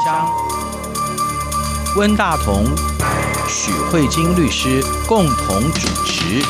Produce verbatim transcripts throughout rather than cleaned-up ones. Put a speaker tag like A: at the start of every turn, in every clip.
A: 箱，温大同、许慧金律师共同主持。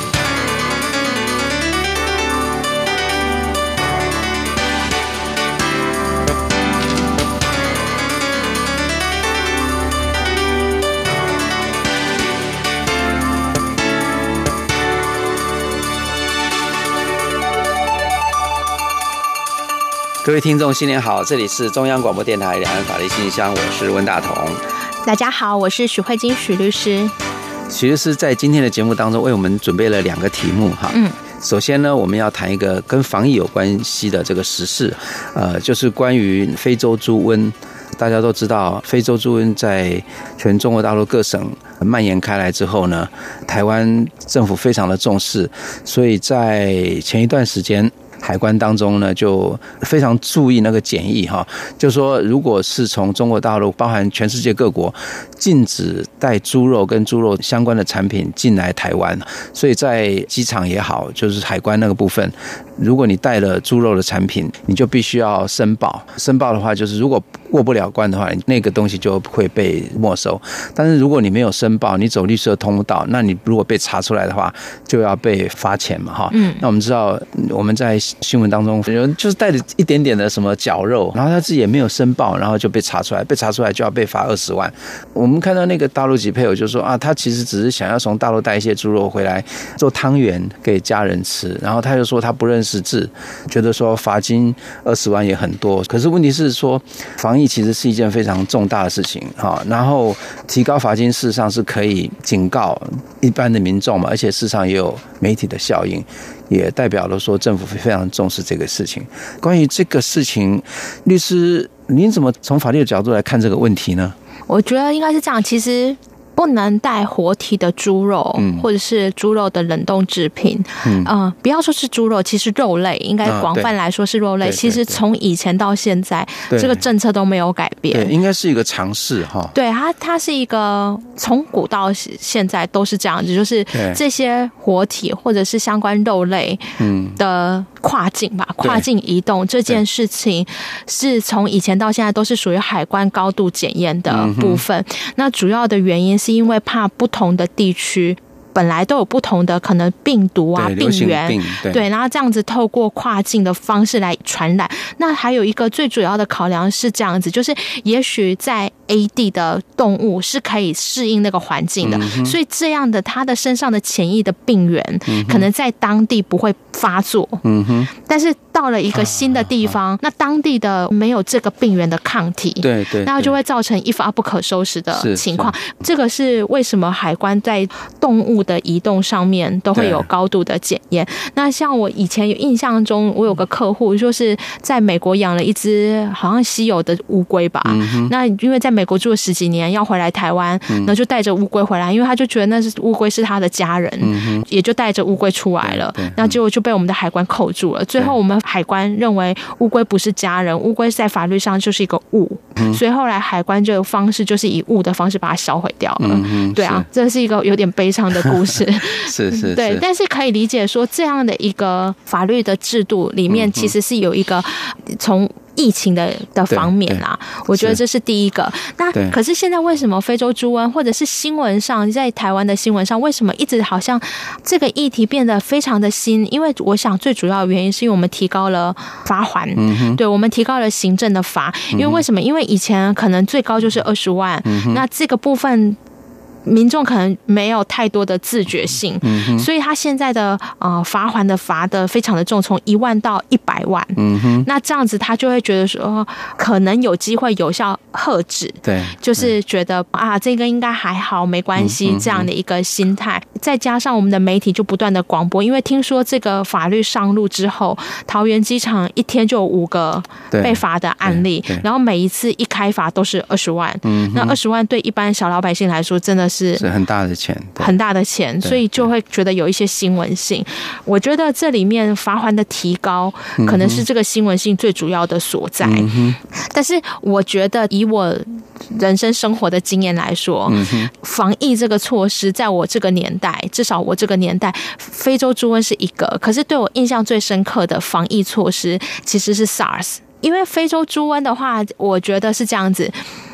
B: 各位听众新年好，这里是中央广播电台两岸法律信箱，我是温大同。
C: 大家好，我是许慧金许律师。
B: 许律师在今天的节目当中为我们准备了两个题目哈。嗯，首先呢，我们要谈一个跟防疫有关系的这个时事，呃，就是关于非洲猪瘟。大家都知道，非洲猪瘟在全中国大陆各省蔓延开来之后呢，台湾政府非常的重视，所以在前一段时间，海关当中呢，就非常注意那个检疫哈，就说如果是从中国大陆，包含全世界各国，禁止带猪肉跟猪肉相关的产品进来台湾，所以在机场也好，就是海关那个部分，如果你带了猪肉的产品，你就必须要申报。申报的话，就是如果过不了关的话，那个东西就会被没收。但是如果你没有申报，你走绿色通道，那你如果被查出来的话，就要被罚钱嘛哈。嗯，那我们知道我们在新闻当中，有人就是带着一点点的什么绞肉，然后他自己也没有申报，然后就被查出来，被查出来就要被罚二十万。我们看到那个大陆籍配偶就说啊，他其实只是想要从大陆带一些猪肉回来做汤圆给家人吃，然后他就说他不认识字，觉得说罚金二十万也很多。可是问题是说，防疫其实是一件非常重大的事情哈，然后提高罚金事实上是可以警告一般的民众嘛，而且事实上也有媒体的效应。也代表了说政府非常重视这个事情。关于这个事情，律师您怎么从法律的角度来看这个问题呢？
C: 我觉得应该是这样，其实不能带活体的猪肉，嗯、或者是猪肉的冷冻制品。嗯、呃，不要说是猪肉，其实肉类应该广泛来说是肉类。啊、其实从以前到现在，这个政策都没有改变。
B: 对，应该是一个尝试哈。
C: 对，它它是一个从古到现在都是这样子，就是这些活体或者是相关肉类的跨境吧，跨境移动这件事情，是从以前到现在都是属于海关高度检验的部分。嗯、那主要的原因是因为怕不同的地区本来都有不同的可能病毒啊、病源，对，对，然后这样子透过跨境的方式来传染。那还有一个最主要的考量是这样子，就是也许在 A 地的动物是可以适应那个环境的，嗯、所以这样的它的身上的潜移的病源，嗯、可能在当地不会发作。嗯哼，但是到了一个新的地方，啊、那当地的没有这个病源的抗体，
B: 对 对, 对，
C: 那就会造成一发不可收拾的情况。这个是为什么海关在动物的移动上面都会有高度的检验。那像我以前有印象中，我有个客户就是在美国养了一只好像稀有的乌龟吧。嗯、那因为在美国住了十几年，要回来台湾，然后就带着乌龟回来，因为他就觉得那是乌龟是他的家人，嗯、也就带着乌龟出来了。那结果就被我们的海关扣住了。最后我们海关认为乌龟不是家人，乌龟在法律上就是一个物，嗯、所以后来海关这个方式就是以物的方式把它销毁掉了。嗯、对啊，这是一个有点悲伤的故事。
B: 是是是，
C: 对，但是可以理解说，这样的一个法律的制度里面，其实是有一个从疫情的的方面啦，我觉得这是第一个。那可是现在为什么非洲猪瘟，或者是新闻上在台湾的新闻上，为什么一直好像这个议题变得非常的新？因为我想最主要的原因是因为我们提高了罚锾，嗯、对，我们提高了行政的罚。因为为什么？因为以前可能最高就是二十万，嗯、那这个部分民众可能没有太多的自觉性，嗯、所以他现在的呃罚锾的罚的非常的重，从一万到一百万。嗯、那这样子他就会觉得说，可能有机会有效遏止，对，就是觉得啊这个应该还好，没关系，这样的一个心态。再加上我们的媒体就不断的广播，因为听说这个法律上路之后，桃园机场一天就有五个被罚的案例，然后每一次一开罚都是二十万。嗯、那二十万对一般小老百姓来说，真的是
B: 是很大的钱，
C: 很大的钱，所以就会觉得有一些新闻性。我觉得这里面罚锾的提高，可能是这个新闻性最主要的所在。嗯、但是我觉得以我人生生活的经验来说，嗯、防疫这个措施，在我这个年代，至少我这个年代，非洲猪瘟是一个，可是对我印象最深刻的防疫措施其实是 SARS。因为非洲猪瘟的话，我觉得是这样子。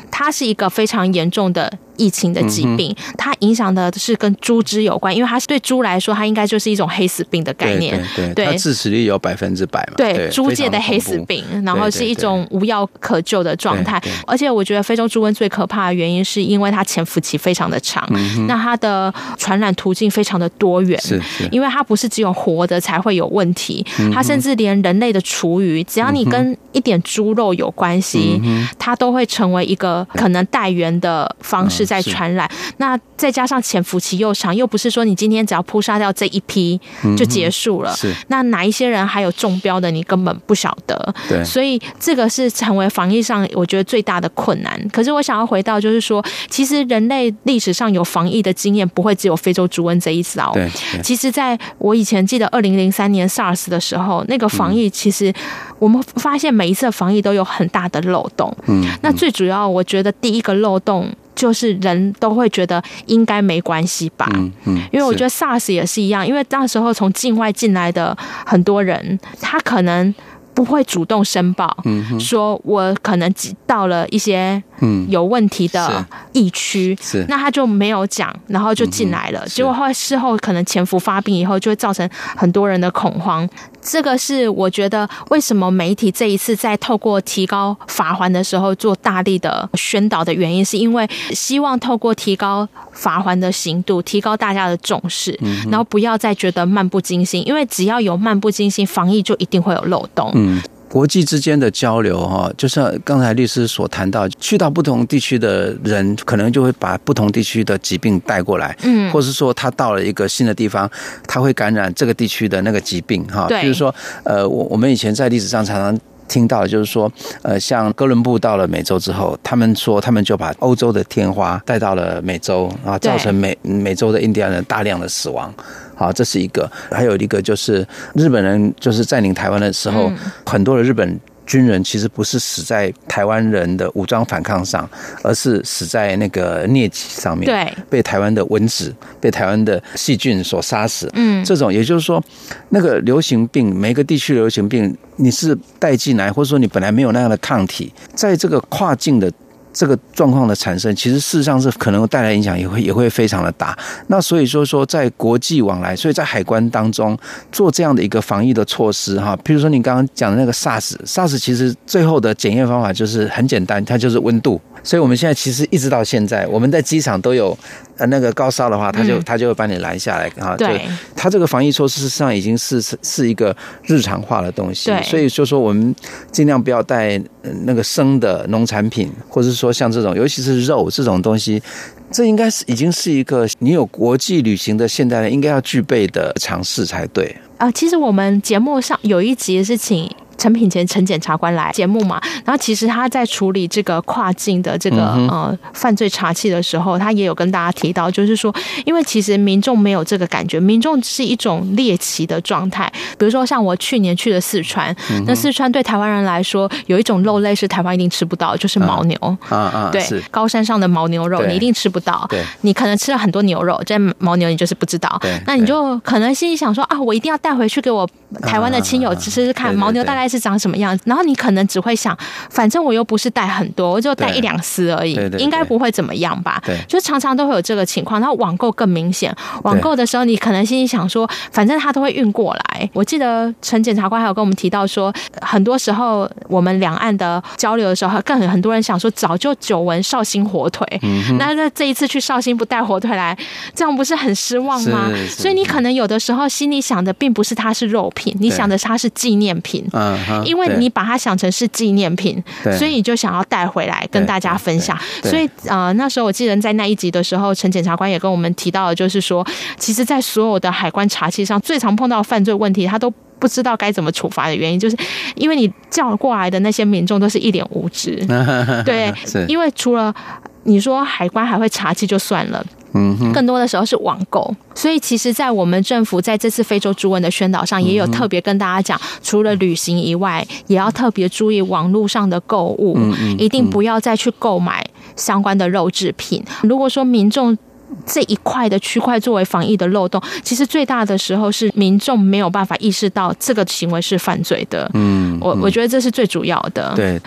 C: 它是一个非常严重的疫情的疾病，嗯、它影响的是跟猪只有关，因为它对猪来说，它应该就是一种黑死病的概念。
B: 对对对，它致死率有百分之百嘛。
C: 对，猪界的黑死病，然后是一种无药可救的状态。而且我觉得非洲猪瘟最可怕的原因，是因为它潜伏期非常的长，嗯、那它的传染途径非常的多元。
B: 是是，
C: 因为它不是只有活的才会有问题，嗯、它甚至连人类的厨余，只要你跟一点猪肉有关系，嗯、它都会成为一个可能带源的方式在传染。嗯、那再加上潜伏期又长，又不是说你今天只要扑杀掉这一批就结束了，嗯、那哪一些人还有中标的，你根本不晓得。
B: 对，
C: 所以这个是成为防疫上我觉得最大的困难。可是我想要回到，就是说，其实人类历史上有防疫的经验，不会只有非洲猪瘟这一遭。
B: 对，
C: 其实在我以前记得二零零三年 SARS 的时候，那个防疫其实我们发现每一次的防疫都有很大的漏洞。嗯，那最主要我觉得第一个漏洞就是人都会觉得应该没关系吧，嗯嗯，因为我觉得 SARS 也是一样，因为那时候从境外进来的很多人，他可能不会主动申报，嗯、说我可能到了一些有问题的疫区，嗯、那他就没有讲，然后就进来了，嗯、结果后来事后可能潜伏发病以后，就会造成很多人的恐慌。这个是我觉得为什么媒体这一次在透过提高罚锾的时候做大力的宣导的原因，是因为希望透过提高罚锾的刑度，提高大家的重视，嗯、然后不要再觉得漫不经心，因为只要有漫不经心，防疫就一定会有漏洞。
B: 嗯，国际之间的交流哈，就像刚才律师所谈到，去到不同地区的人，可能就会把不同地区的疾病带过来，嗯，或是说他到了一个新的地方，他会感染这个地区的那个疾病哈。比如说，呃，我我们以前在历史上常常听到的就是说，呃，像哥伦布到了美洲之后，他们说他们就把欧洲的天花带到了美洲，然后造成美美洲的印第安人大量的死亡。好，这是一个。还有一个就是日本人就是占领台湾的时候，嗯、很多的日本军人其实不是死在台湾人的武装反抗上，而是死在那个疟疾上面，对，被台湾的蚊子、被台湾的细菌所杀死。嗯，这种也就是说，那个流行病，每个地区的流行病，你是带进来，或者说你本来没有那样的抗体，在这个跨境的这个状况的产生，其实事实上是可能带来影响也会也会非常的大。那所以说说在国际往来，所以在海关当中做这样的一个防疫的措施哈，比如说你刚刚讲的那个 SARS，SARS 其实最后的检验方法就是很简单，它就是温度。所以我们现在其实一直到现在，我们在机场都有呃那个高烧的话，他就他就会把你拦下来哈。对，他这个防疫措施实际上已经是是一个日常化的东西。对，所以就说我们尽量不要带那个生的农产品，或者是说像这种，尤其是肉这种东西，这应该是已经是一个你有国际旅行的现代人应该要具备的常识才对。
C: 啊、呃，其实我们节目上有一集是请陈品乾陈检察官来节目嘛，然后其实他在处理这个跨境的这个、嗯、呃犯罪查缉的时候，他也有跟大家提到，就是说，因为其实民众没有这个感觉，民众是一种猎奇的状态。比如说像我去年去的四川，嗯、那四川对台湾人来说，有一种肉类是台湾一定吃不到，就是牦牛。啊啊，对，高山上的牦牛肉你一定吃不到。对，你可能吃了很多牛肉，这牦牛你就是不知道。对，那你就可能心里想说啊，我一定要带回去给我台湾的亲友吃吃看，牦牛大概是长什么样子，然后你可能只会想，反正我又不是带很多，我就带一两丝而已，对对对，应该不会怎么样吧？对，就常常都会有这个情况。然后网购更明显，网购的时候你可能心里想说，反正他都会运过来。我记得陈检察官还有跟我们提到说，很多时候我们两岸的交流的时候，更很多人想说，早就久闻绍兴火腿，嗯、那那这一次去绍兴不带火腿来，这样不是很失望吗？所以你可能有的时候心里想的并不是它是肉品，你想的它是纪念品，因为你把它想成是纪念品，所以你就想要带回来跟大家分享。所以呃，那时候我记得在那一集的时候，陈检察官也跟我们提到的，就是说，其实，在所有的海关查缉上，最常碰到犯罪问题，他都不知道该怎么处罚的原因，就是因为你叫过来的那些民众都是一脸无知。对，因为除了你说海关还会查缉就算了。嗯，更多的时候是网购，所以其实在我们政府在这次非洲猪瘟的宣导上，也有特别跟大家讲，除了旅行以外，也要特别注意网络上的购物，嗯嗯、一定不要再去购买相关的肉制品。如果说民众这一块的区块作为防疫的漏洞，其实最大的时候是民众没有办法意识到这个行为是犯罪的。嗯，我我觉得这是最主要的。
B: 对。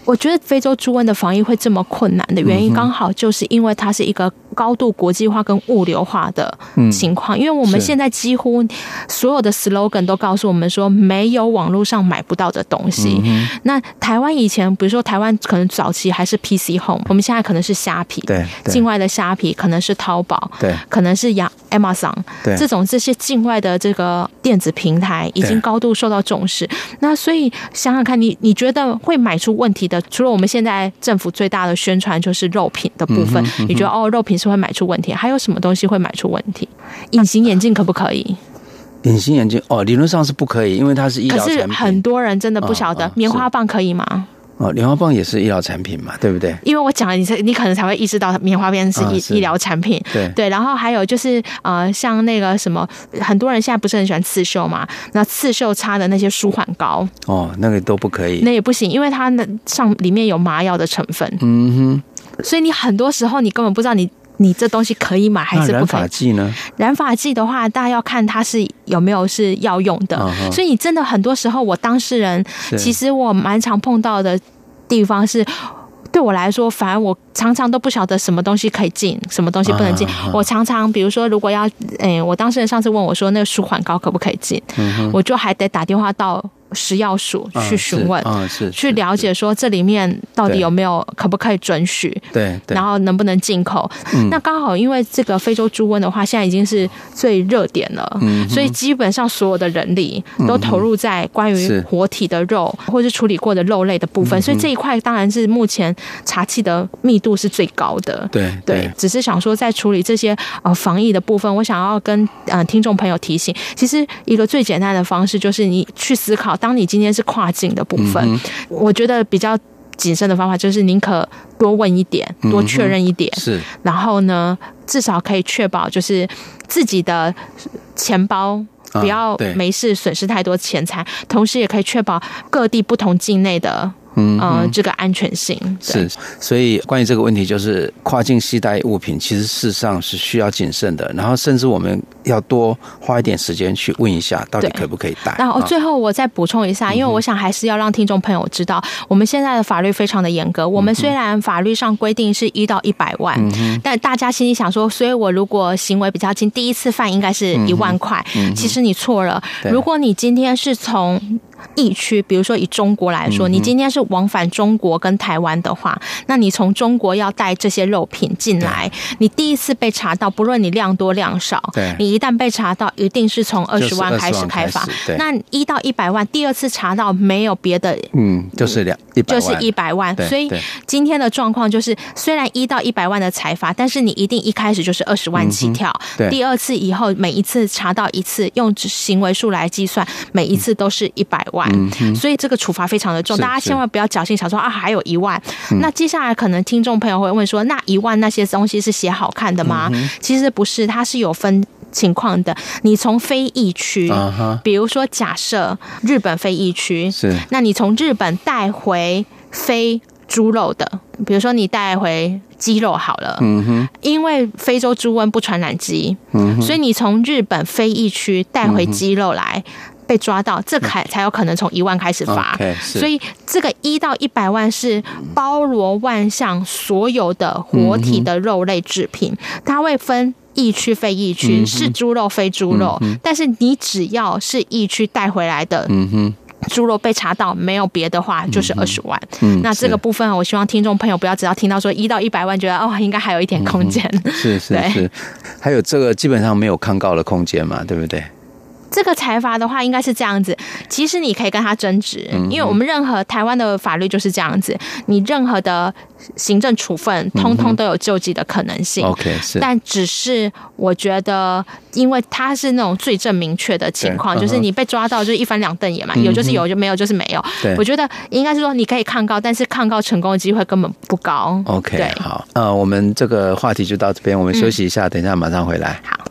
C: 我觉得非洲猪瘟的防疫会这么困难的原因，刚好就是因为它是一个高度国际化跟物流化的情况。嗯、因为我们现在几乎所有的 slogan 都告诉我们说，没有网络上买不到的东西。嗯、那台湾以前，比如说台湾可能早期还是 P C Home， 我们现在可能是虾皮，
B: 对，
C: 境外的虾皮可能是淘宝，
B: 对，
C: 可能是亚 Amazon， 这种这些境外的这个电子平台已经高度受到重视。那所以想想看你，你觉得会买出问题的？除了我们现在政府最大的宣传就是肉品的部分，嗯嗯、你觉得哦，肉品是会买出问题，还有什么东西会买出问题？隐形眼镜可不可以？
B: 隐形眼镜哦，理论上是不可以，因为它是医疗产品。
C: 可是很多人真的不晓得，哦哦、棉花棒可以吗？
B: 哦，棉花棒也是医疗产品嘛，对不对？
C: 因为我讲了，你你可能才会意识到棉花棒是医、啊、是医疗产品。
B: 对
C: 对，然后还有就是呃，像那个什么，很多人现在不是很喜欢刺绣嘛？那刺绣擦的那些舒缓膏，
B: 哦，那个都不可以，
C: 那也不行，因为它那上里面有麻药的成分。嗯哼，所以你很多时候你根本不知道你。你这东西可以买还是不可以？
B: 染发剂呢？
C: 染发剂的话，大家要看它是有没有是要用的。Uh-huh. 所以你真的很多时候，我当事人其实我蛮常碰到的地方是，对我来说，反而我常常都不晓得什么东西可以进，什么东西不能进。Uh-huh. 我常常比如说，如果要，诶、欸，我当事人上次问我说，那个舒缓膏可不可以进？Uh-huh. 我就还得打电话到食药署去询问、
B: 嗯是嗯、是
C: 去了解说这里面到底有没有可不可以准许，
B: 对，
C: 然后能不能进口。嗯、那刚好因为这个非洲猪瘟的话，现在已经是最热点了、嗯，所以基本上所有的人力都投入在关于活体的肉、嗯、或是处理过的肉类的部分，所以这一块当然是目前查缉的密度是最高的。
B: 对 对, 对，
C: 只是想说在处理这些呃防疫的部分，我想要跟呃听众朋友提醒，其实一个最简单的方式就是你去思考。当你今天是跨境的部分、嗯，我觉得比较谨慎的方法就是宁可多问一点，多确认一点、嗯，是，然后呢，至少可以确保就是自己的钱包不要没事损失太多钱财、啊，同时也可以确保各地不同境内的。嗯呃，这个安全性
B: 是，所以关于这个问题，就是跨境携带物品，其实事实上是需要谨慎的，然后甚至我们要多花一点时间去问一下，到底可不可以带。
C: 然后最后我再补充一下，因为我想还是要让听众朋友知道，我们现在的法律非常的严格。我们虽然法律上规定是一到一百万、嗯，但大家心里想说，所以我如果行为比较轻，第一次犯应该是一万块、嗯，其实你错了。如果你今天是从疫区，比如说以中国来说、嗯，你今天是往返中国跟台湾的话，那你从中国要带这些肉品进来，你第一次被查到，不论你量多量少，你一旦被查到，一定是从二十万开始开罚。那一到一百万，第二次查到没有别的，
B: 嗯，就是两一百万，
C: 就是一百万。所以今天的状况就是，虽然一到一百万的裁罚，但是你一定一开始就是二十万起跳、嗯，第二次以后每一次查到一次，用行为数来计算，每一次都是一百万。嗯、所以这个处罚非常的重，大家千万不要侥幸想说啊还有一万、嗯。那接下来可能听众朋友会问说，那一万那些东西是写好看的吗？嗯、其实不是，它是有分情况的。你从非疫区、uh-huh. 比如说假设日本非疫区，是，那你从日本带回非猪肉的，比如说你带回鸡肉好了，嗯哼，因为非洲猪瘟不传染鸡，嗯，所以你从日本非疫区带回鸡肉来。嗯，被抓到，这才才有可能从一万开始罚。Okay, 所以这个一到一百万是包罗万象，所有的活体的肉类制品，嗯、它会分疫区、非疫区，嗯、是猪肉、非猪肉、嗯。但是你只要是疫区带回来的，嗯哼。猪肉被查到没有别的话，就是二十万、嗯。那这个部分，我希望听众朋友不要只要听到说一到一百万，觉得哦应该还有一点空间、嗯。是是是，
B: 还有这个基本上没有抗告的空间嘛，对不对？
C: 这个裁罚的话应该是这样子，其实你可以跟他争执，因为我们任何台湾的法律就是这样子，你任何的行政处分通通都有救济的可能性、嗯、OK 是，但只是我觉得因为它是那种罪证明确的情况，就是你被抓到就是一翻两瞪眼嘛、嗯、有就是有，就没有就是没有，我觉得应该是说你可以抗告，但是抗告成功的机会根本不高。
B: OK 对，好，呃，我们这个话题就到这边，我们休息一下、嗯、等一下马上回来。
C: 好，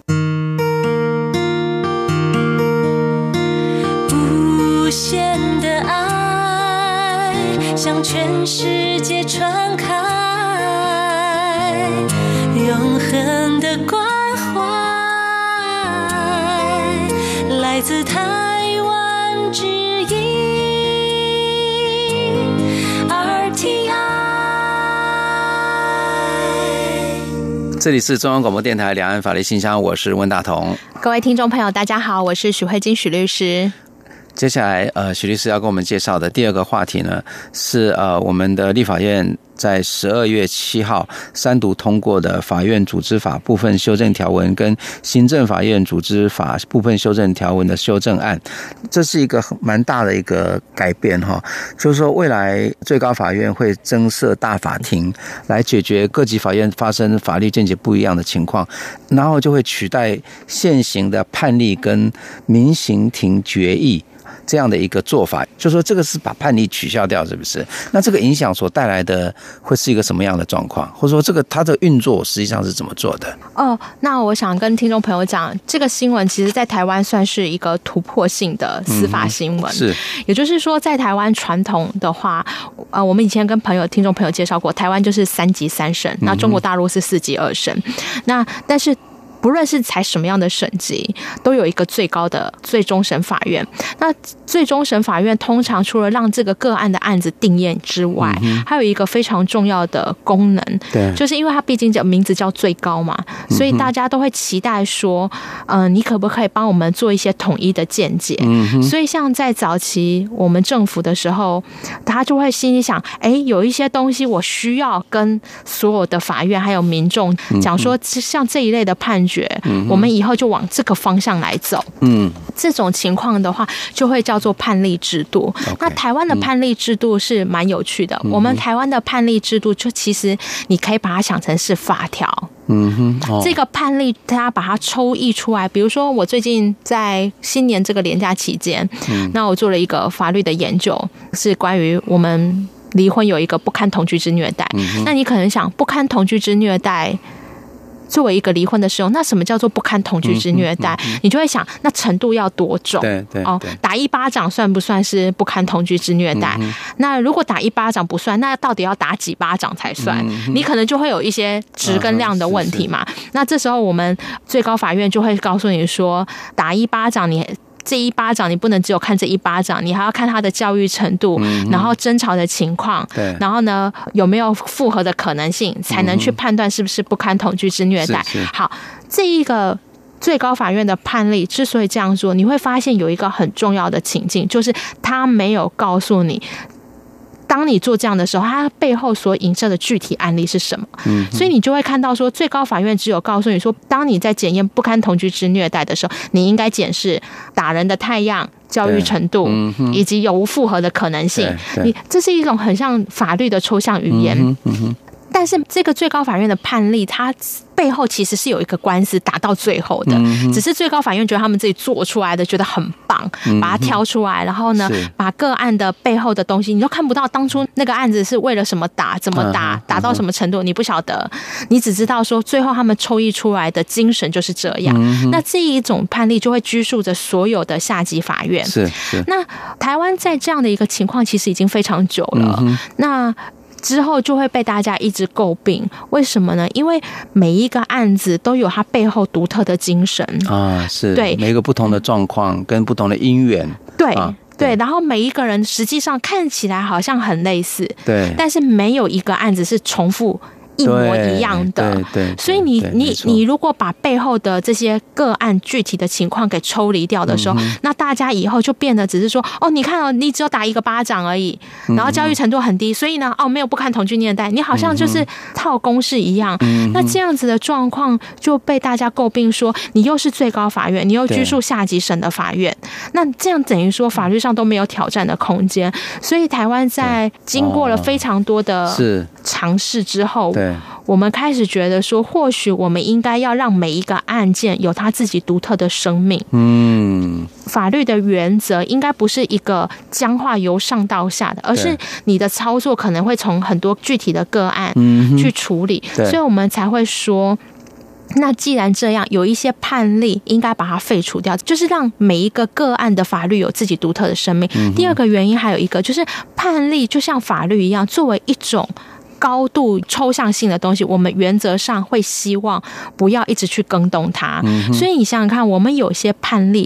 D: 无限的爱向全世界传开，永恒的关怀来自台湾之音 R T
B: 这里是中央广播电台两岸法律信箱，我是温大同。
C: 各位听众朋友大家好，我是许慧金许律师。
B: 接下来呃，许律师要跟我们介绍的第二个话题呢，是呃我们的立法院在十二月七号三读通过的法院组织法部分修正条文跟行政法院组织法部分修正条文的修正案。这是一个蛮大的一个改变哈，就是说未来最高法院会增设大法庭来解决各级法院发生法律见解不一样的情况，然后就会取代现行的判例跟民刑庭决议这样的一个做法，就说这个是把判例取消掉，是不是？那这个影响所带来的会是一个什么样的状况，或者说这个它的运作实际上是怎么做的？哦，
C: 那我想跟听众朋友讲，这个新闻其实在台湾算是一个突破性的司法新闻。嗯、是，也就是说，在台湾传统的话，呃，我们以前跟朋友、听众朋友介绍过，台湾就是三级三审，那中国大陆是四级二审，那但是。不论是采什么样的审级，都有一个最高的最终审法院。那最终审法院通常除了让这个个案的案子定验之外，嗯、还有一个非常重要的功能，对，就是因为它毕竟叫名字叫最高嘛，所以大家都会期待说，嗯、呃，你可不可以帮我们做一些统一的见解？嗯、所以像在早期我们政府的时候，他就会心里想，哎，有一些东西我需要跟所有的法院还有民众讲说，像这一类的判决。我们以后就往这个方向来走。嗯，这种情况的话，就会叫做判例制度。Okay, 那台湾的判例制度是蛮有趣的。嗯、我们台湾的判例制度，就其实你可以把它想成是法条。嗯哼，哦、这个判例它把它抽译出来。比如说，我最近在新年这个连假期间，嗯、那我做了一个法律的研究，是关于我们离婚有一个不堪同居之虐待。嗯、那你可能想，不堪同居之虐待。作为一个离婚的时候，那什么叫做不堪同居之虐待？嗯嗯嗯、你就会想，那程度要多重？对对哦，打一巴掌算不算是不堪同居之虐待？嗯、那如果打一巴掌不算，那到底要打几巴掌才算？嗯、你可能就会有一些质跟量的问题嘛。啊、是是那这时候我们最高法院就会告诉你说，打一巴掌你。这一巴掌你不能只有看这一巴掌，你还要看他的教育程度，嗯、然后争吵的情况，然后呢有没有复合的可能性，才能去判断是不是不堪同居之虐待。是是好，这一个最高法院的判例之所以这样做，你会发现有一个很重要的情境，就是他没有告诉你。当你做这样的时候，它背后所影射的具体案例是什么？嗯，所以你就会看到说，最高法院只有告诉你说，当你在检验不堪同居之虐待的时候，你应该检视打人的态样、教育程度，以及有无复合的可能性。你这是一种很像法律的抽象语言。嗯嗯嗯但是这个最高法院的判例，它背后其实是有一个官司打到最后的，嗯、只是最高法院觉得他们自己做出来的觉得很棒，嗯、把它挑出来，然后呢，把个案的背后的东西，你都看不到当初那个案子是为了什么打，怎么打，嗯、打到什么程度，你不晓得，你只知道说最后他们抽译出来的精神就是这样。嗯、那这一种判例就会拘束着所有的下级法院。是是。那台湾在这样的一个情况，其实已经非常久了。嗯、那。之后就会被大家一直诟病，为什么呢？因为每一个案子都有它背后独特的精神啊，是对每一个不同的状况跟不同的因缘，对、啊、对, 对，然后每一个人实际上看起来好像很类似，对，但是没有一个案子是重复。一模一样的，对 对, 对，所以你你你如果把背后的这些个案具体的情况给抽离掉的时候，嗯、那大家以后就变得只是说，哦，你看哦，你只有打一个巴掌而已，然后教育程度很低，所以呢，哦，没有不堪同居虐待，你好像就是套公式一样。嗯、那这样子的状况就被大家诟病说，你又是最高法院，你又拘束下级审的法院，那这样等于说法律上都没有挑战的空间。所以台湾在经过了非常多的尝试之后。我们开始觉得说，或许我们应该要让每一个案件有它自己独特的生命。嗯，法律的原则应该不是一个僵化由上到下的，而是你的操作可能会从很多具体的个案去处理。所以我们才会说，那既然这样，有一些判例应该把它废除掉，就是让每一个个案的法律有自己独特的生命。嗯、第二个原因还有一个，就是判例就像法律一样，作为一种高度抽象性的东西，我们原则上会希望不要一直去更动它。嗯、所以你想想看，我们有些判例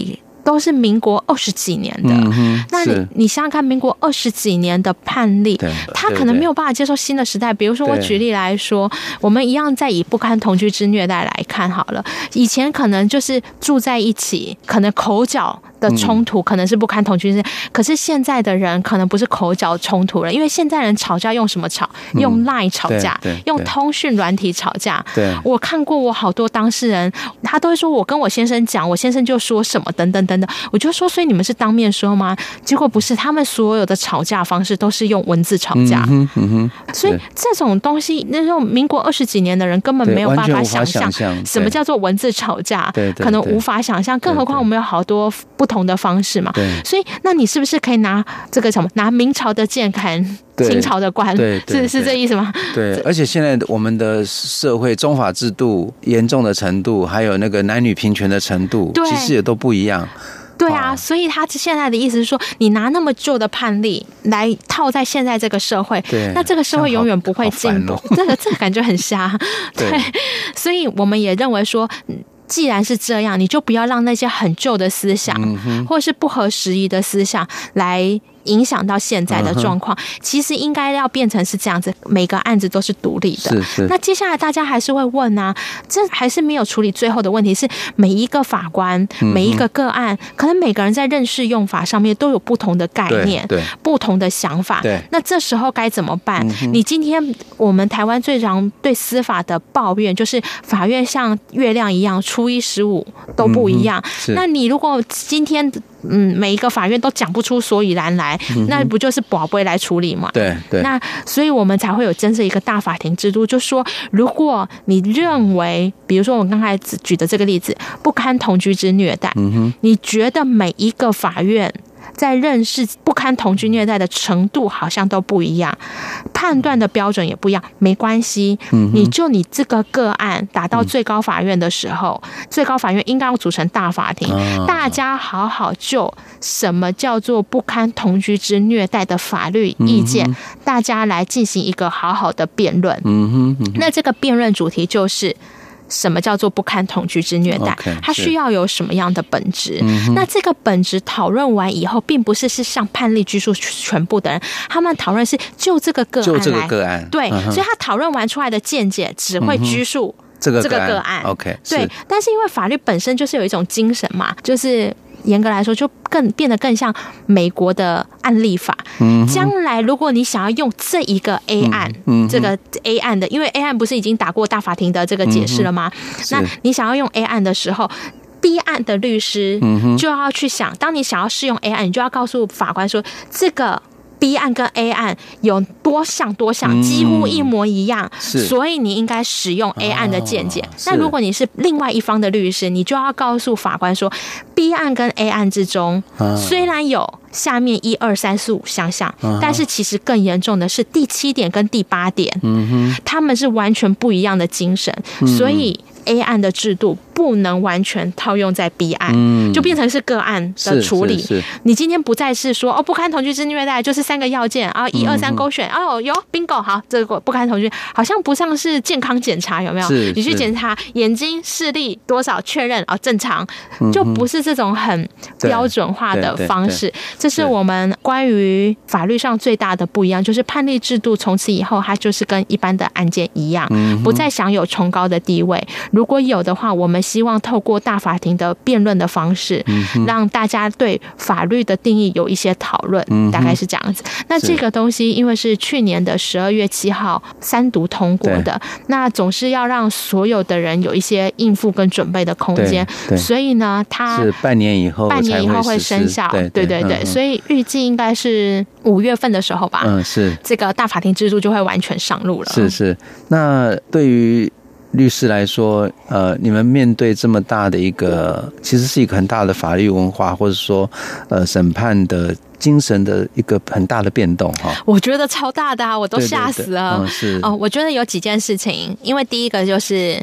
C: 都是民国二十几年的。嗯、那你你想想看，民国二十几年的判例，他可能没有办法接受新的时代。比如说，我举例来说，我们一样再以不堪同居之虐待来看好了。以前可能就是住在一起，可能口角的冲突可能是不堪同居之，嗯、可是现在的人可能不是口角冲突了，因为现在人吵架用什么吵？用 LINE 吵架，嗯、用通讯软体吵架。对，我看过我好多当事人，他都会说我跟我先生讲，我先生就说什么等等等等。我就说，所以你们是当面说吗？结果不是，他们所有的吵架方式都是用文字吵架。嗯哼嗯哼，所以这种东西，那种民国二十几年的人根本没有办法想象什么叫做文字吵架，可能无法想象，更何况我们有好多不同的方式嘛。所以，那你是不是可以拿这个什么，拿明朝的剑砍清朝的官？对，是是这意思吗？
B: 对，而且现在我们的社会宗法制度严重的程度，还有那个男女平权的程度，其实也都不一样。
C: 对啊，所以他现在的意思是说，你拿那么旧的判例来套在现在这个社会，那这个社会永远不会进步。这个这个感觉很瞎。对，所以我们也认为说，既然是这样，你就不要让那些很旧的思想，嗯、或者是不合时宜的思想来影响到现在的状况。其实应该要变成是这样子，每个案子都是独立的。是是。那接下来大家还是会问啊，这还是没有处理最后的问题是，每一个法官、每一个个案，可能每个人在认识用法上面都有不同的概念，对，不同的想法。对。那这时候该怎么办？嗯、你今天我们台湾最常对司法的抱怨就是法院像月亮一样，初一十五都不一样。嗯、那你如果今天嗯每一个法院都讲不出所以然来，嗯、那不就是宝贝来处理吗？对对。那所以我们才会有真正一个大法庭制度，就说如果你认为，比如说我刚才举的这个例子，不堪同居之虐待，嗯、你觉得每一个法院在认识不堪同居虐待的程度好像都不一样，判断的标准也不一样，没关系，嗯、你就你这个个案打到最高法院的时候，嗯、最高法院应该要组成大法庭，啊、大家好好就什么叫做不堪同居之虐待的法律意见，嗯、大家来进行一个好好的辩论。嗯嗯、那这个辩论主题就是什么叫做不堪同居之虐待？ Okay, 它需要有什么样的本质？嗯、那这个本质讨论完以后，并不是是上判例拘束全部的人，他们讨论是就这个个案来，就这个个案，对，嗯、所以他讨论完出来的见解只会拘束这个个案。OK， 对，但是因为法律本身就是有一种精神嘛，就是严格来说，就更变得更像美国的案例法。嗯、将来如果你想要用这一个 A 案，嗯、这个 A 案的，因为 A 案不是已经打过大法庭的这个解释了吗？嗯、那你想要用 A 案的时候，B 案的律师就要去想，当你想要适用 A 案，你就要告诉法官说，这个B 案跟 A 案有多像多像，几乎一模一样，嗯、所以你应该使用 A 案的见解。那、哦、如果你是另外一方的律师，你就要告诉法官说 ，B 案跟 A 案之中，哦、虽然有下面一二三四五相像，哦、但是其实更严重的是第七点跟第八点，嗯、他们是完全不一样的精神，嗯、所以A 案的制度不能完全套用在 B 案，嗯、就变成是个案的处理。是是是，你今天不再是说哦，不堪同居之虐待就是三个要件啊，一二三勾选，嗯、哦，有 bingo 好，这个不堪同居好像不像是健康检查，有没有？你去检查眼睛视力多少，确认啊、哦、正常，就不是这种很标准化的方式。这是我们关于法律上最大的不一样，就是判例制度从此以后它就是跟一般的案件一样，嗯、不再享有崇高的地位。如果有的话，我们希望透过大法庭的辩论的方式，嗯、让大家对法律的定义有一些讨论，嗯、大概是这样子。那这个东西因为是去年的十二月七号三读通过的，那总是要让所有的人有一些应付跟准备的空间，所以呢，它
B: 是半年以后
C: 半年以后会生效，对对 对, 对, 对、嗯，所以预计应该是五月份的时候吧，嗯，是这个大法庭制度就会完全上路了。
B: 是是，那对于律师来说，呃，你们面对这么大的一个，其实是一个很大的法律文化，或者说，呃，审判的精神的一个很大的变动哈。
C: 我觉得超大的啊，我都吓死了。对对对，嗯、是哦，我觉得有几件事情，因为第一个就是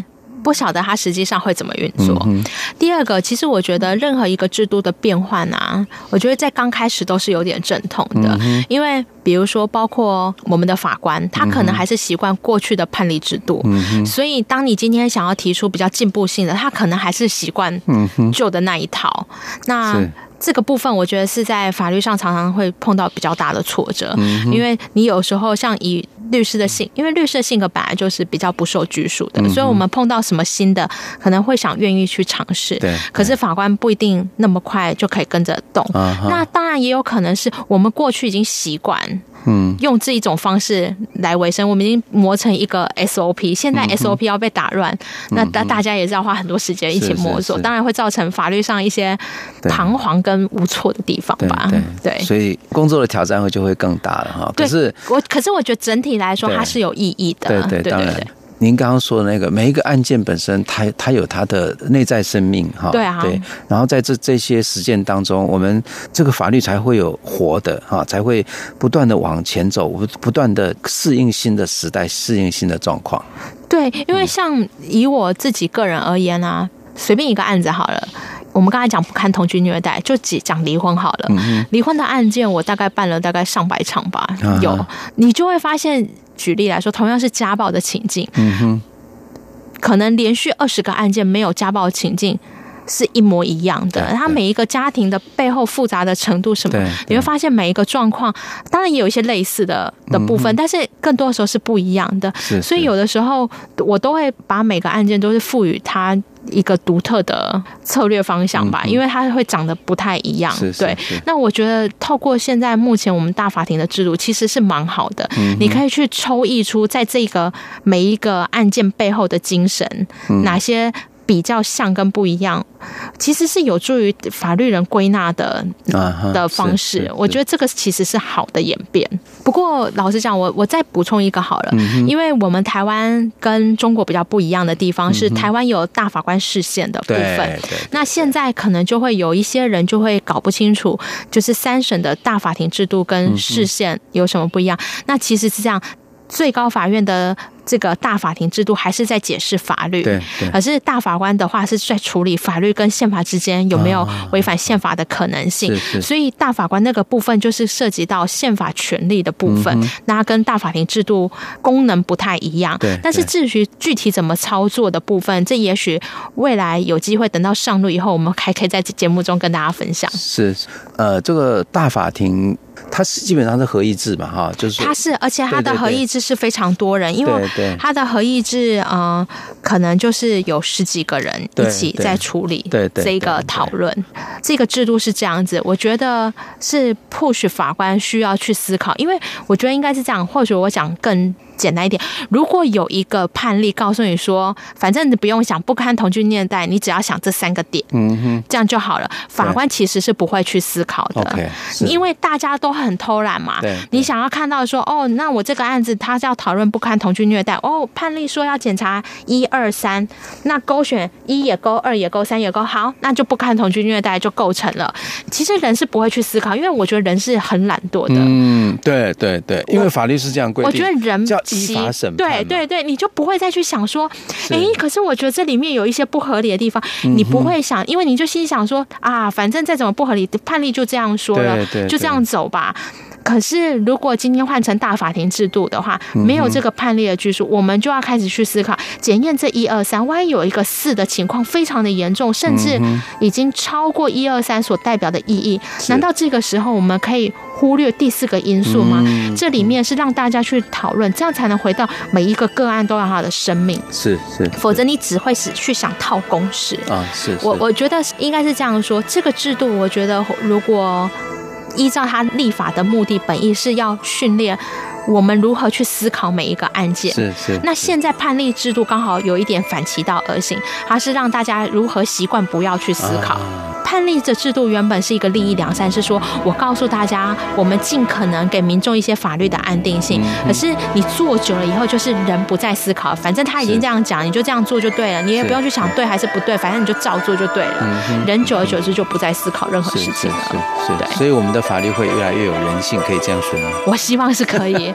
C: 不晓得它实际上会怎么运作。嗯、第二个，其实我觉得任何一个制度的变换啊，我觉得在刚开始都是有点阵痛的，嗯、因为比如说包括我们的法官，他可能还是习惯过去的判例制度，嗯、所以当你今天想要提出比较进步性的，他可能还是习惯旧的那一套。那这个部分我觉得是在法律上常常会碰到比较大的挫折，嗯、因为你有时候像以律师的性，因为律师的性格本来就是比较不受拘束的，嗯、所以我们碰到什么新的，可能会想愿意去尝试。对，可是法官不一定那么快就可以跟着动。那当然也有可能是我们过去已经习惯。嗯，用这一种方式来维生，我们已经磨成一个 S O P， 现在 S O P 要被打乱，嗯、那大大家也是要花很多时间一起摸索，当然会造成法律上一些彷徨跟无措的地方吧。
B: 对， 对， 对，所以工作的挑战会就会更大了哈。可是
C: 我，可是我觉得整体来说它是有意义的。
B: 对对 对， 对，当然。您刚刚说的那个每一个案件本身它它有它的内在生命哈，
C: 对啊，对，
B: 然后在这这些实践当中，我们这个法律才会有活的哈，才会不断的往前走，不断的适应新的时代，适应新的状况。
C: 对，因为像以我自己个人而言啊，随便一个案子好了。我们刚才讲不堪同居虐待，就讲离婚好了。离、嗯、婚的案件我大概办了大概上百场吧，啊、有你就会发现，举例来说，同样是家暴的情境，嗯哼，可能连续二十个案件没有家暴的情境是一模一样的。它每一个家庭的背后复杂的程度什么，你会发现每一个状况，当然也有一些类似的的部分，嗯、但是更多的时候是不一样的。所以有的时候我都会把每个案件都是赋予它一个独特的策略方向吧，嗯、因为它会长得不太一样。是是是对，那我觉得透过现在目前我们大法庭的制度，其实是蛮好的。嗯、你可以去抽绎出在这个每一个案件背后的精神，嗯、哪些比较像跟不一样，其实是有助于法律人归纳的的方式。我觉得这个其实是好的演变。不过老实讲，我我再补充一个好了，嗯、因为我们台湾跟中国比较不一样的地方是，台湾有大法官释宪的部分。那现在可能就会有一些人就会搞不清楚，就是三审的大法庭制度跟释宪有什么不一样。那其实是这样，最高法院的这个大法庭制度还是在解释法律，对对，可是大法官的话是在处理法律跟宪法之间有没有违反宪法的可能性，啊、是是，所以大法官那个部分就是涉及到宪法权利的部分，嗯、那跟大法庭制度功能不太一样。对，但是至于具体怎么操作的部分，这也许未来有机会等到上路以后，我们还可以在节目中跟大家分享。
B: 是，呃，这个大法庭它是基本上是合议制嘛，哈，就是它
C: 是，而且它的合议制是非常多人，因为它的合议制，呃，可能就是有十几个人一起在处理这个讨论。这个制度是这样子，我觉得是 push 法官需要去思考，因为我觉得应该是这样，或许我讲更简单一点，如果有一个判例告诉你说，反正你不用想不堪同居虐待，你只要想这三个点，嗯哼，这样就好了。法官其实是不会去思考的， okay, 因为大家都很偷懒嘛。你想要看到说，哦，那我这个案子他是要讨论不堪同居虐待，哦，判例说要检查一二三，那勾选一也勾，二也勾，三也勾，好，那就不堪同居虐待就构成了。其实人是不会去思考，因为我觉得人是很懒惰的。嗯，
B: 对对对，因为法律是这样规定。
C: 我觉得人
B: 叫依法审判，
C: 对对对，你就不会再去想说，哎，可是我觉得这里面有一些不合理的地方，嗯、你不会想，因为你就心想说啊，反正再怎么不合理，判例就这样说了，对对对，就这样走吧。可是如果今天换成大法庭制度的话，没有这个判例的拘束，我们就要开始去思考检验这一二三，万一有一个四的情况非常的严重，甚至已经超过一二三所代表的意义，难道这个时候我们可以忽略第四个因素吗？这里面是让大家去讨论，这样才能回到每一个个案都有它的生命。
B: 是是，
C: 否则你只会是去想套公式
B: 啊。是，
C: 我我觉得应该是这样说，这个制度，我觉得如果依照他立法的目的本意是要训练我们如何去思考每一个案件。是是。那现在判例制度刚好有一点反其道而行，它是让大家如何习惯不要去思考。啊、判例的制度原本是一个利益良善，是说我告诉大家，我们尽可能给民众一些法律的安定性。嗯、可是你做久了以后，就是人不再思考，反正他已经这样讲，你就这样做就对了，你也不用去想对还是不对，反正你就照做就对了。嗯、人久而久之就不再思考任何事情了。
B: 是是是是，对，所以我们的法律会越来越有人性，可以这样说吗？
C: 我希望是可以。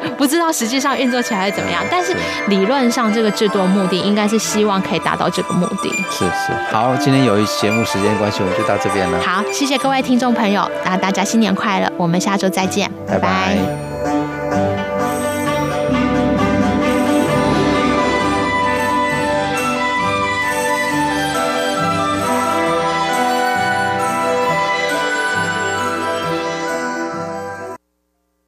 C: 不知道实际上运作起来是怎么样。但是理论上这个制度的目的应该是希望可以达到这个目的。
B: 是是，好，今天由于节目时间关系，我们就到这边了。
C: 好，谢谢各位听众朋友，那大家新年快乐，我们下周再见，拜拜。